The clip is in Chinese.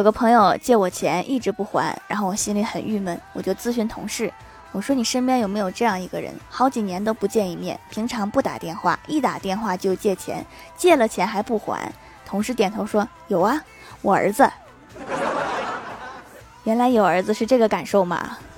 有个朋友借我钱一直不还，然后我心里很郁闷，我就咨询同事，我说你身边有没有这样一个人，好几年都不见一面，平常不打电话，一打电话就借钱，借了钱还不还。同事点头说有啊，我儿子。原来有儿子是这个感受吗？